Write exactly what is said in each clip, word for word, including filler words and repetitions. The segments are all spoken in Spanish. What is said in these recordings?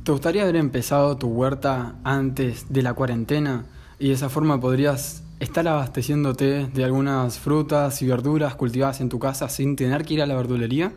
¿Te gustaría haber empezado tu huerta antes de la cuarentena? Y de esa forma podrías estar abasteciéndote de algunas frutas y verduras cultivadas en tu casa sin tener que ir a la verdulería.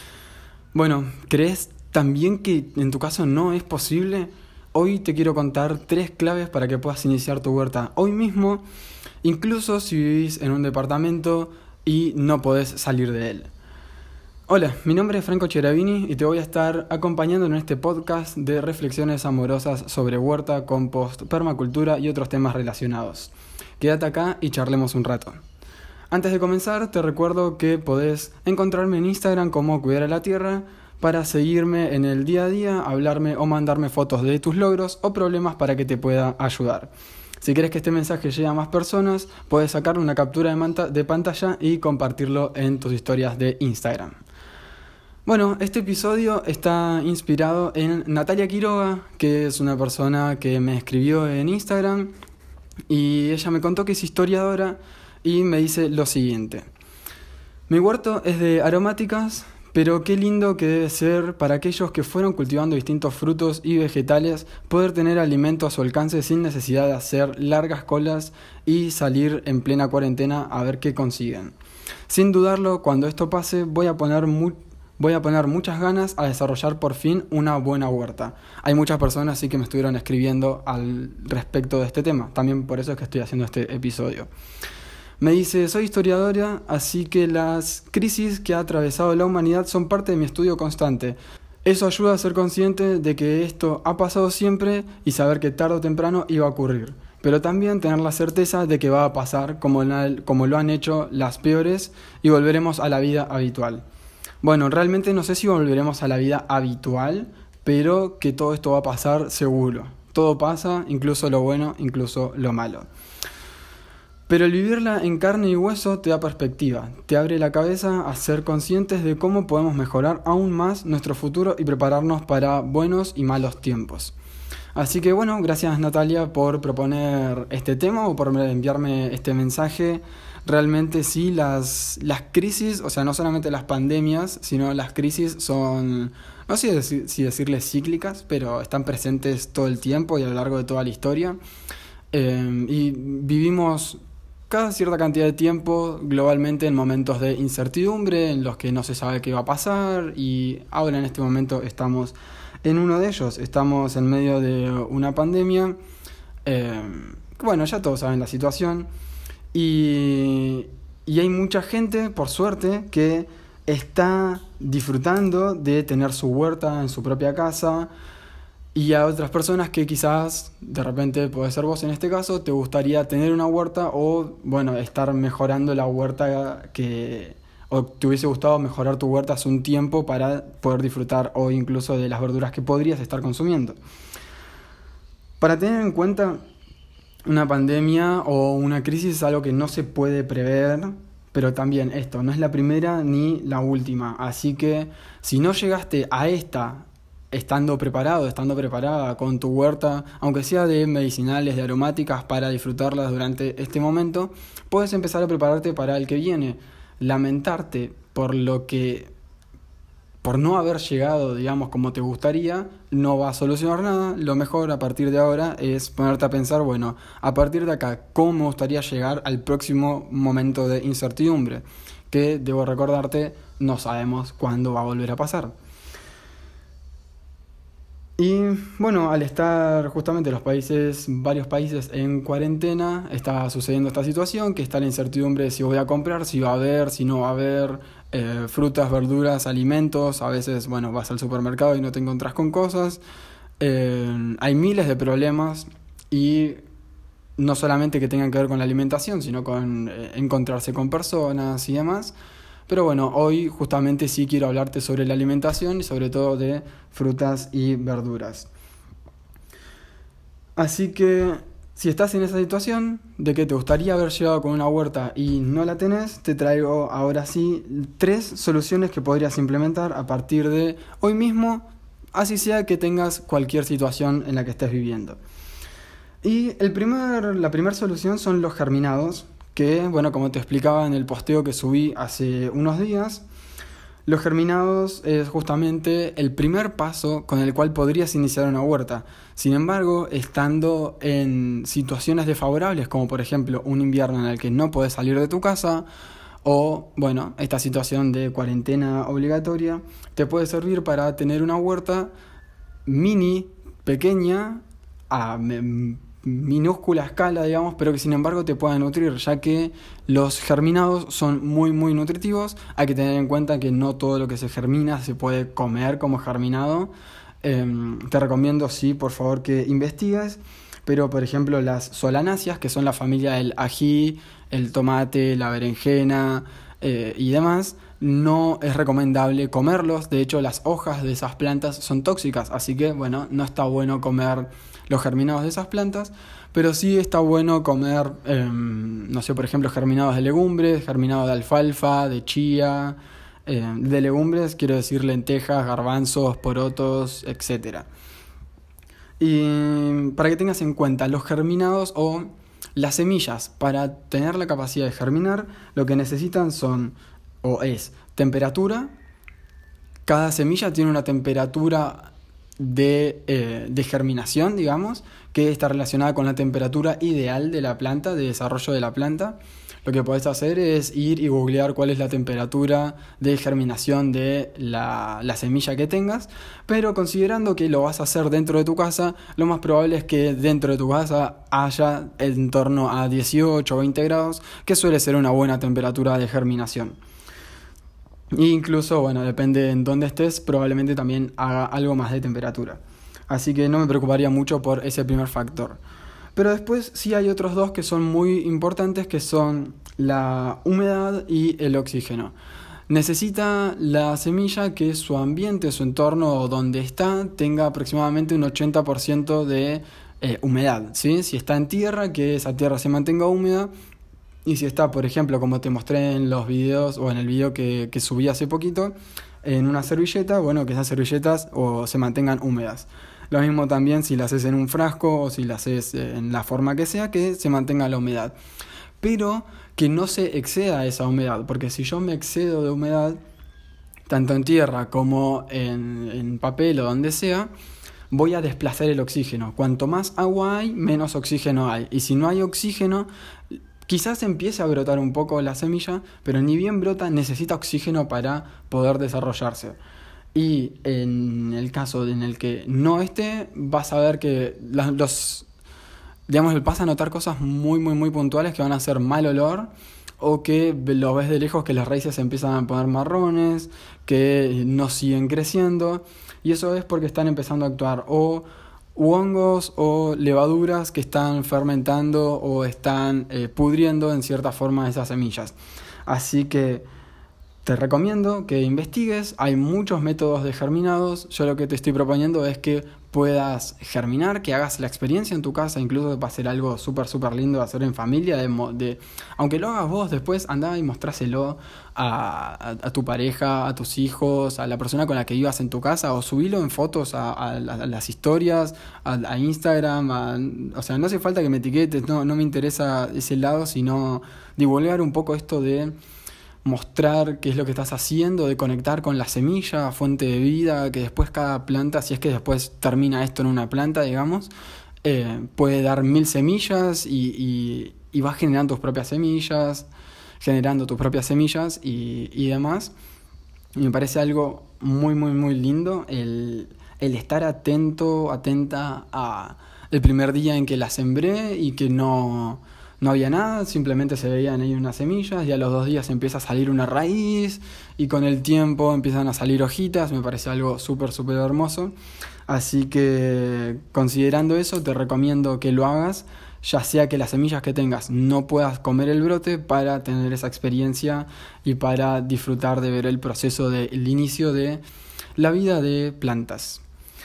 Bueno, ¿crees también que en tu caso no es posible? Hoy te quiero contar tres claves para que puedas iniciar tu huerta hoy mismo, incluso si vivís en un departamento y no podés salir de él. Hola, mi nombre es Franco Cheravini y te voy a estar acompañando en este podcast de reflexiones amorosas sobre huerta, compost, permacultura y otros temas relacionados. Quédate acá y charlemos un rato. Antes de comenzar, te recuerdo que podés encontrarme en Instagram como Cuidar a la Tierra para seguirme en el día a día, hablarme o mandarme fotos de tus logros o problemas para que te pueda ayudar. Si quieres que este mensaje llegue a más personas, puedes sacarle una captura de, manta- de pantalla y compartirlo en tus historias de Instagram. Bueno, este episodio está inspirado en Natalia Quiroga, que es una persona que me escribió en Instagram y ella me contó que es historiadora y me dice lo siguiente: mi huerto es de aromáticas, pero qué lindo que debe ser para aquellos que fueron cultivando distintos frutos y vegetales poder tener alimento a su alcance sin necesidad de hacer largas colas y salir en plena cuarentena a ver qué consiguen. Sin dudarlo, cuando esto pase voy a poner muy Voy a poner muchas ganas a desarrollar por fin una buena huerta. Hay muchas personas sí que me estuvieron escribiendo al respecto de este tema. También por eso es que estoy haciendo este episodio. Me dice: soy historiadora, así que las crisis que ha atravesado la humanidad son parte de mi estudio constante. Eso ayuda a ser consciente de que esto ha pasado siempre y saber que tarde o temprano iba a ocurrir. Pero también tener la certeza de que va a pasar como, la, como lo han hecho las peores y volveremos a la vida habitual. Bueno, realmente no sé si volveremos a la vida habitual, pero que todo esto va a pasar seguro. Todo pasa, incluso lo bueno, incluso lo malo. Pero el vivirla en carne y hueso te da perspectiva, te abre la cabeza a ser conscientes de cómo podemos mejorar aún más nuestro futuro y prepararnos para buenos y malos tiempos. Así que bueno, gracias Natalia por proponer este tema o por enviarme este mensaje. Realmente sí, las, las crisis, o sea, no solamente las pandemias, sino las crisis son, no sé si, si decirles cíclicas, pero están presentes todo el tiempo y a lo largo de toda la historia. Eh, y vivimos cada cierta cantidad de tiempo globalmente en momentos de incertidumbre, en los que no se sabe qué va a pasar, y ahora en este momento estamos en uno de ellos. Estamos en medio de una pandemia. Eh, bueno, ya todos saben la situación. Y, y hay mucha gente, por suerte, que está disfrutando de tener su huerta en su propia casa, y a otras personas que quizás, de repente puede ser vos en este caso, te gustaría tener una huerta o, bueno, estar mejorando la huerta que, o te hubiese gustado mejorar tu huerta hace un tiempo para poder disfrutar hoy incluso de las verduras que podrías estar consumiendo. Para tener en cuenta, una pandemia o una crisis es algo que no se puede prever, pero también esto no es la primera ni la última. Así que si no llegaste a esta estando preparado, estando preparada con tu huerta, aunque sea de medicinales, de aromáticas, para disfrutarlas durante este momento, puedes empezar a prepararte para el que viene. Lamentarte por lo que por no haber llegado, digamos, como te gustaría, no va a solucionar nada. Lo mejor a partir de ahora es ponerte a pensar, bueno, a partir de acá, ¿cómo me gustaría llegar al próximo momento de incertidumbre? Que, debo recordarte, no sabemos cuándo va a volver a pasar. Y bueno, al estar justamente los países, varios países en cuarentena, está sucediendo esta situación, que está la incertidumbre de si voy a comprar, si va a haber, si no va a haber, eh, frutas, verduras, alimentos. A veces, bueno, vas al supermercado y no te encontrás con cosas. Eh, hay miles de problemas, y no solamente que tengan que ver con la alimentación, sino con eh, encontrarse con personas y demás. Pero bueno, hoy justamente sí quiero hablarte sobre la alimentación y sobre todo de frutas y verduras. Así que si estás en esa situación de que te gustaría haber llegado con una huerta y no la tenés, te traigo ahora sí tres soluciones que podrías implementar a partir de hoy mismo, así sea que tengas cualquier situación en la que estés viviendo. Y el primer, la primera solución son los germinados, que, bueno, como te explicaba en el posteo que subí hace unos días, Los germinados es justamente el primer paso con el cual podrías iniciar una huerta. Sin embargo, estando en situaciones desfavorables, como por ejemplo un invierno en el que no puedes salir de tu casa, o bueno, esta situación de cuarentena obligatoria, te puede servir para tener una huerta mini, pequeña, a minúscula escala, digamos, pero que sin embargo te pueda nutrir, ya que los germinados son muy muy nutritivos. Hay que tener en cuenta que no todo lo que se germina se puede comer como germinado. Eh, te recomiendo, sí, por favor, que investigues, pero por ejemplo las solanáceas, que son la familia del ají, el tomate, la berenjena eh, y demás, no es recomendable comerlos. De hecho, las hojas de esas plantas son tóxicas, así que bueno, no está bueno comer los germinados de esas plantas, pero sí está bueno comer, eh, no sé, por ejemplo, germinados de legumbres, germinados de alfalfa, de chía, eh, de legumbres, quiero decir lentejas, garbanzos, porotos, etcétera. Y para que tengas en cuenta, los germinados o las semillas, para tener la capacidad de germinar, lo que necesitan son, o es, temperatura. Cada semilla tiene una temperatura de, eh, de germinación, digamos, que está relacionada con la temperatura ideal de la planta, de desarrollo de la planta. Lo que podés hacer es ir y googlear cuál es la temperatura de germinación de la, la semilla que tengas, pero considerando que lo vas a hacer dentro de tu casa, lo más probable es que dentro de tu casa haya en torno a dieciocho o veinte grados, que suele ser una buena temperatura de germinación. E incluso, bueno, depende en dónde estés, probablemente también haga algo más de temperatura. Así que no me preocuparía mucho por ese primer factor. Pero después sí hay otros dos que son muy importantes, que son la humedad y el oxígeno. Necesita la semilla que su ambiente, su entorno donde está, tenga aproximadamente un ochenta por ciento de eh, humedad, ¿sí? Si está en tierra, que esa tierra se mantenga húmeda. Y si está, por ejemplo, como te mostré en los videos o en el video que, que subí hace poquito, en una servilleta, bueno, que esas servilletas o se mantengan húmedas. Lo mismo también si las haces en un frasco o si las haces en la forma que sea, que se mantenga la humedad. Pero que no se exceda esa humedad, porque si yo me excedo de humedad, tanto en tierra como en, en papel o donde sea, voy a desplazar el oxígeno. Cuanto más agua hay, menos oxígeno hay. Y si no hay oxígeno, quizás empiece a brotar un poco la semilla, pero ni bien brota, necesita oxígeno para poder desarrollarse. Y en el caso en el que no esté, vas a ver que los, los digamos, vas a notar cosas muy muy muy puntuales que van a ser mal olor, o que lo ves de lejos que las raíces se empiezan a poner marrones, que no siguen creciendo, y eso es porque están empezando a actuar o hongos o levaduras que están fermentando o están eh, pudriendo en cierta forma esas semillas. Así que te recomiendo que investigues. Hay muchos métodos de germinados. Yo lo que te estoy proponiendo es que puedas germinar, que hagas la experiencia en tu casa. Incluso va a ser algo súper súper lindo de hacer en familia, de, de, aunque lo hagas vos, después andá y mostráselo a, a, a tu pareja, a tus hijos, a la persona con la que vivas en tu casa, o subilo en fotos a, a, a las historias, a, a Instagram, a, o sea, no hace falta que me etiquetes, no, no me interesa ese lado, sino divulgar un poco esto de mostrar qué es lo que estás haciendo, de conectar con la semilla, fuente de vida, que después cada planta, si es que después termina esto en una planta, digamos, eh, puede dar mil semillas y, y, y vas generando tus propias semillas, generando tus propias semillas y, y demás. Y me parece algo muy, muy, muy lindo el, el estar atento, atenta a el primer día en que la sembré y que no... No había nada, simplemente se veían ahí unas semillas y a los dos días empieza a salir una raíz y con el tiempo empiezan a salir hojitas. Me parece algo súper, súper hermoso. Así que considerando eso, te recomiendo que lo hagas, ya sea que las semillas que tengas no puedas comer el brote, para tener esa experiencia y para disfrutar de ver el proceso del inicio de la vida de plantas.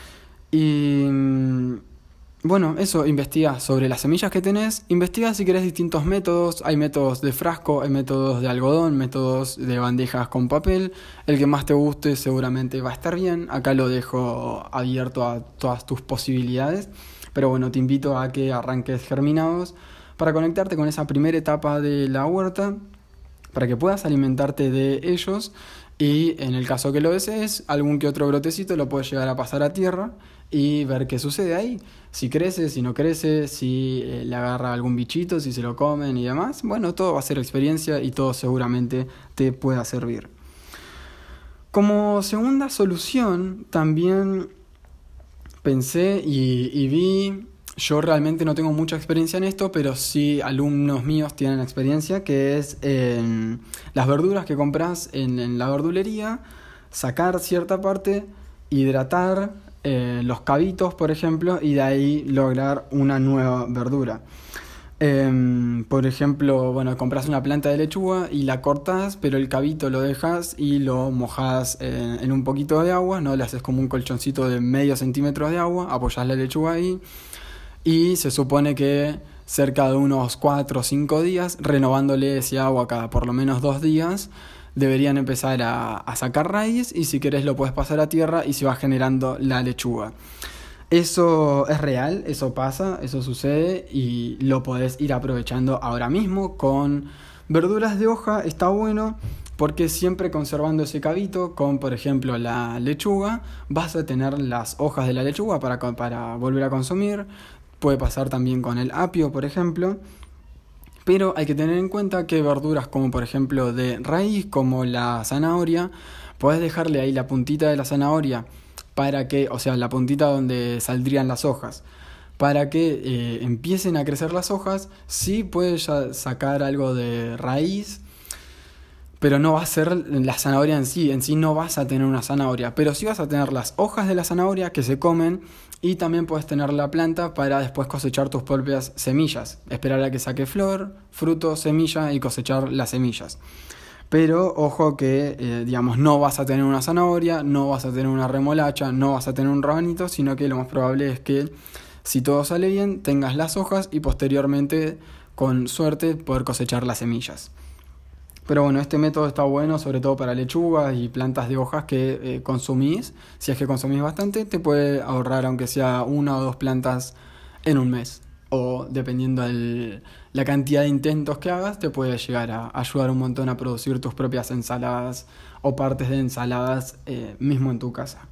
Y bueno, eso, investiga sobre las semillas que tenés, investiga si querés distintos métodos. Hay métodos de frasco, hay métodos de algodón, métodos de bandejas con papel. El que más te guste seguramente va a estar bien. Acá lo dejo abierto a todas tus posibilidades, pero bueno, te invito a que arranques germinados para conectarte con esa primera etapa de la huerta, para que puedas alimentarte de ellos Y en el caso que lo desees, algún que otro brotecito lo puedes llegar a pasar a tierra y ver qué sucede ahí. Si crece, si no crece, si eh, le agarra algún bichito, si se lo comen y demás. Bueno, todo va a ser experiencia y todo seguramente te pueda servir. Como segunda solución, también pensé y, y vi, yo realmente no tengo mucha experiencia en esto, pero sí alumnos míos tienen experiencia, que es en las verduras que compras en, en la verdulería, sacar cierta parte, hidratar eh, los cabitos, por ejemplo, y de ahí lograr una nueva verdura. Eh, por ejemplo, bueno, compras una planta de lechuga y la cortas, pero el cabito lo dejas y lo mojas en, en un poquito de agua, ¿no? Le haces como un colchoncito de medio centímetro de agua, apoyas la lechuga ahí y se supone que cerca de unos cuatro o cinco días, renovándole ese agua cada por lo menos dos días, deberían empezar a, a sacar raíz y si querés lo puedes pasar a tierra y se va generando la lechuga. Eso es real, eso pasa, eso sucede y lo podés ir aprovechando ahora mismo. Con verduras de hoja está bueno porque siempre conservando ese cabito, con por ejemplo la lechuga, vas a tener las hojas de la lechuga para, para volver a consumir. Puede pasar también con el apio, por ejemplo. Pero hay que tener en cuenta que verduras como por ejemplo de raíz, como la zanahoria, podés dejarle ahí la puntita de la zanahoria para que, o sea, la puntita donde saldrían las hojas, para que eh, empiecen a crecer las hojas. Sí puedes ya sacar algo de raíz, pero no va a ser la zanahoria en sí, en sí no vas a tener una zanahoria, pero sí vas a tener las hojas de la zanahoria que se comen y también puedes tener la planta para después cosechar tus propias semillas, esperar a que saque flor, fruto, semilla y cosechar las semillas. Pero ojo que, eh, digamos, no vas a tener una zanahoria, no vas a tener una remolacha, no vas a tener un rabanito, sino que lo más probable es que, si todo sale bien, tengas las hojas y posteriormente, con suerte, poder cosechar las semillas. Pero bueno, este método está bueno, sobre todo para lechugas y plantas de hojas que eh, consumís. Si es que consumís bastante, te puede ahorrar aunque sea una o dos plantas en un mes. O dependiendo de la cantidad de intentos que hagas, te puede llegar a ayudar un montón a producir tus propias ensaladas o partes de ensaladas eh, mismo en tu casa.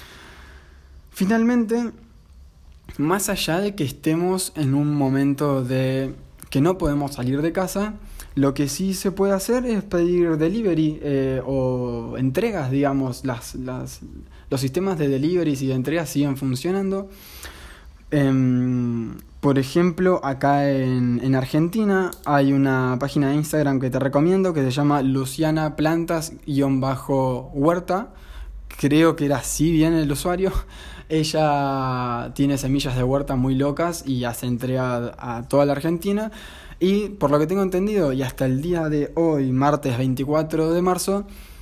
Finalmente, más allá de que estemos en un momento de que no podemos salir de casa, lo que sí se puede hacer es pedir delivery eh, o entregas, digamos. Las, las, los sistemas de delivery y de entregas siguen funcionando. Eh, por ejemplo, acá en, en Argentina hay una página de Instagram que te recomiendo que se llama Luciana Plantas-Huerta. Creo que era así bien el usuario. Ella tiene semillas de huerta muy locas y hace entrega a toda la Argentina. Y por lo que tengo entendido, y hasta el día de hoy, martes veinticuatro de marzo,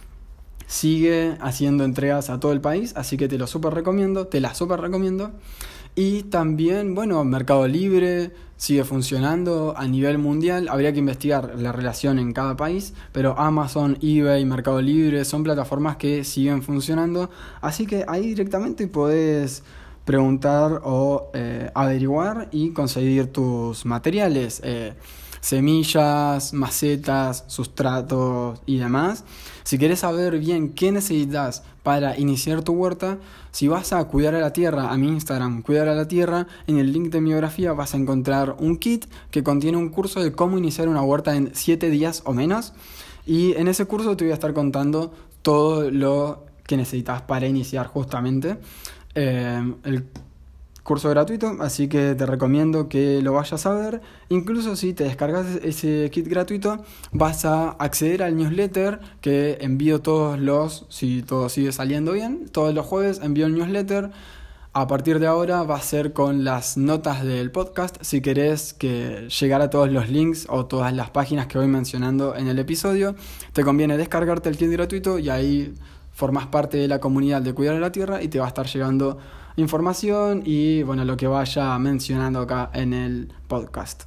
sigue haciendo entregas a todo el país. Así que te lo súper recomiendo, te la súper recomiendo. Y también, bueno, Mercado Libre sigue funcionando a nivel mundial. Habría que investigar la relación en cada país, pero Amazon, eBay, Mercado Libre son plataformas que siguen funcionando. Así que ahí directamente podés preguntar o eh, averiguar y conseguir tus materiales, eh, semillas, macetas, sustratos y demás. Si querés saber bien qué necesitas para iniciar tu huerta, si vas a Cuidar a la Tierra, a mi Instagram, Cuidar a la Tierra, en el link de mi biografía vas a encontrar un kit que contiene un curso de cómo iniciar una huerta en siete días o menos. Y en ese curso te voy a estar contando todo lo que necesitas para iniciar justamente eh, el curso gratuito, así que te recomiendo que lo vayas a ver. Incluso si te descargas ese kit gratuito, vas a acceder al newsletter que envío todos los, si todo sigue saliendo bien, todos los jueves envío el newsletter. A partir de ahora va a ser con las notas del podcast. Si querés que llegara a todos los links o todas las páginas que voy mencionando en el episodio, te conviene descargarte el kit gratuito y ahí formás parte de la comunidad de Cuidar a la Tierra y te va a estar llegando información y bueno, lo que vaya mencionando acá en el podcast.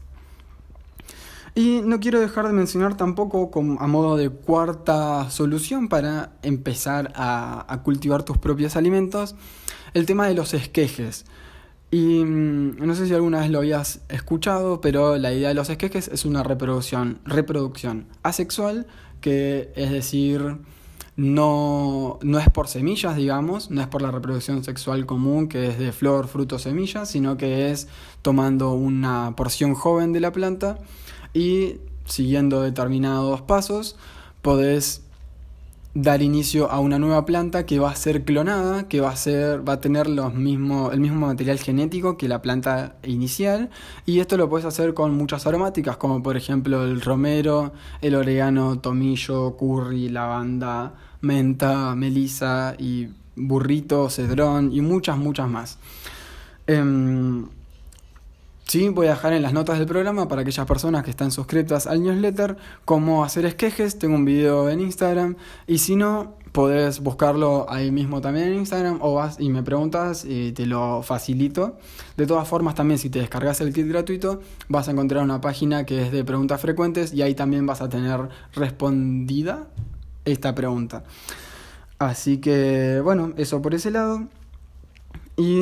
Y no quiero dejar de mencionar tampoco, como a modo de cuarta solución para empezar a, a cultivar tus propios alimentos, el tema de los esquejes. Y mmm, no sé si alguna vez lo habías escuchado, pero la idea de los esquejes es una reproducción, reproducción asexual, que es decir, no, no es por semillas, digamos, no es por la reproducción sexual común, que es de flor, fruto, semillas, sino que es tomando una porción joven de la planta y siguiendo determinados pasos, podés dar inicio a una nueva planta que va a ser clonada, que va a ser, va a tener los mismos, el mismo material genético que la planta inicial, y esto lo puedes hacer con muchas aromáticas, como por ejemplo el romero, el orégano, tomillo, curry, lavanda, menta, melisa y burrito, cedrón y muchas, muchas más. Um, Sí, voy a dejar en las notas del programa para aquellas personas que están suscritas al newsletter cómo hacer esquejes. Tengo un video en Instagram y si no, podés buscarlo ahí mismo también en Instagram o vas y me preguntas y te lo facilito. De todas formas, también si te descargas el kit gratuito vas a encontrar una página que es de preguntas frecuentes y ahí también vas a tener respondida esta pregunta. Así que bueno, eso por ese lado. Y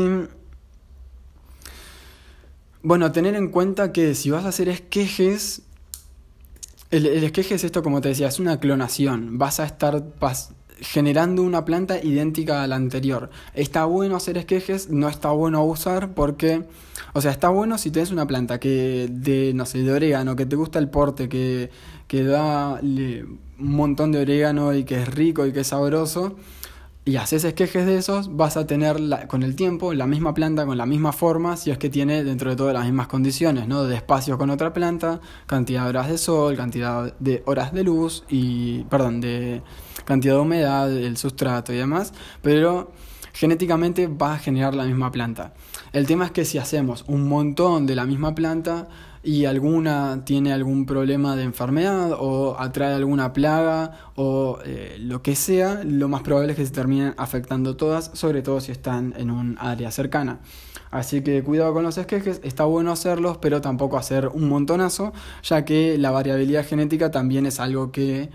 bueno, tener en cuenta que si vas a hacer esquejes, el, el esqueje es esto, como te decía, es una clonación. Vas a estar vas, generando una planta idéntica a la anterior. Está bueno hacer esquejes, no está bueno abusar porque, o sea, está bueno si tenés una planta que de, no sé, de orégano, que te gusta el porte, que, que da le, un montón de orégano y que es rico y que es sabroso. Y haces esquejes de esos, vas a tener la, con el tiempo la misma planta con la misma forma, si es que tiene dentro de todo las mismas condiciones, ¿no? De espacio con otra planta, cantidad de horas de sol, cantidad de horas de luz y, perdón, de cantidad de humedad, el sustrato y demás, pero genéticamente va a generar la misma planta. El tema es que si hacemos un montón de la misma planta y alguna tiene algún problema de enfermedad o atrae alguna plaga o eh, lo que sea, lo más probable es que se terminen afectando todas, sobre todo si están en un área cercana. Así que cuidado con los esquejes, está bueno hacerlos, pero tampoco hacer un montonazo, ya que la variabilidad genética también es algo que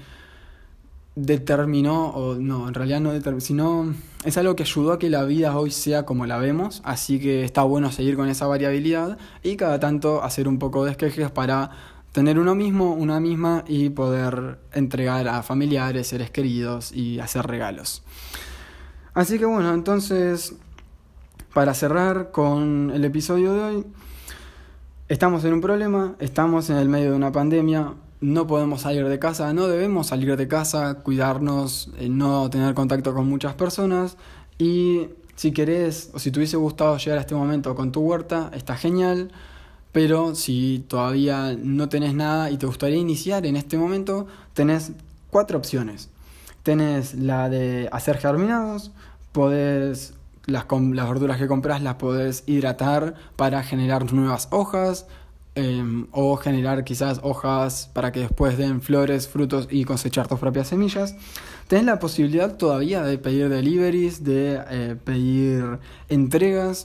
determinó, o no, en realidad no determinó, sino es algo que ayudó a que la vida hoy sea como la vemos, así que está bueno seguir con esa variabilidad y cada tanto hacer un poco de esquejes para tener uno mismo, una misma y poder entregar a familiares, seres queridos y hacer regalos. Así que bueno, entonces para cerrar con el episodio de hoy, estamos en un problema, estamos en el medio de una pandemia. No podemos salir de casa, no debemos salir de casa, cuidarnos, eh, no tener contacto con muchas personas. Y si querés, o si te hubiese gustado llegar a este momento con tu huerta, está genial. Pero si todavía no tenés nada y te gustaría iniciar en este momento, tenés cuatro opciones. Tenés la de hacer germinados, podés, las, las verduras que compras las podés hidratar para generar nuevas hojas. Eh, o generar quizás hojas para que después den flores, frutos y cosechar tus propias semillas. Tenés la posibilidad todavía de pedir deliveries, de eh, pedir entregas.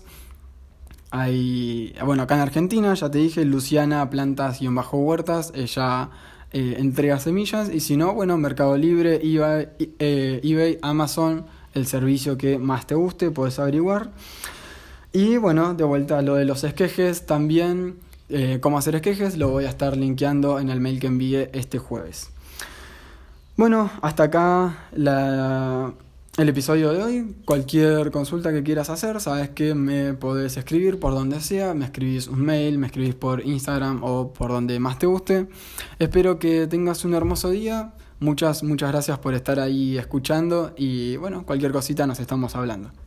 Hay, bueno, acá en Argentina, ya te dije, Luciana Plantas-Huertas, ella eh, entrega semillas. Y si no, bueno, Mercado Libre, eBay, eh, eBay, Amazon, el servicio que más te guste, puedes averiguar. Y bueno, de vuelta a lo de los esquejes, también Eh, cómo hacer esquejes, lo voy a estar linkeando en el mail que envié este jueves. Bueno, hasta acá la, el episodio de hoy. Cualquier consulta que quieras hacer, sabes que me podés escribir por donde sea. Me escribís un mail, me escribís por Instagram o por donde más te guste. Espero que tengas un hermoso día. Muchas, muchas gracias por estar ahí escuchando. Y bueno, cualquier cosita nos estamos hablando.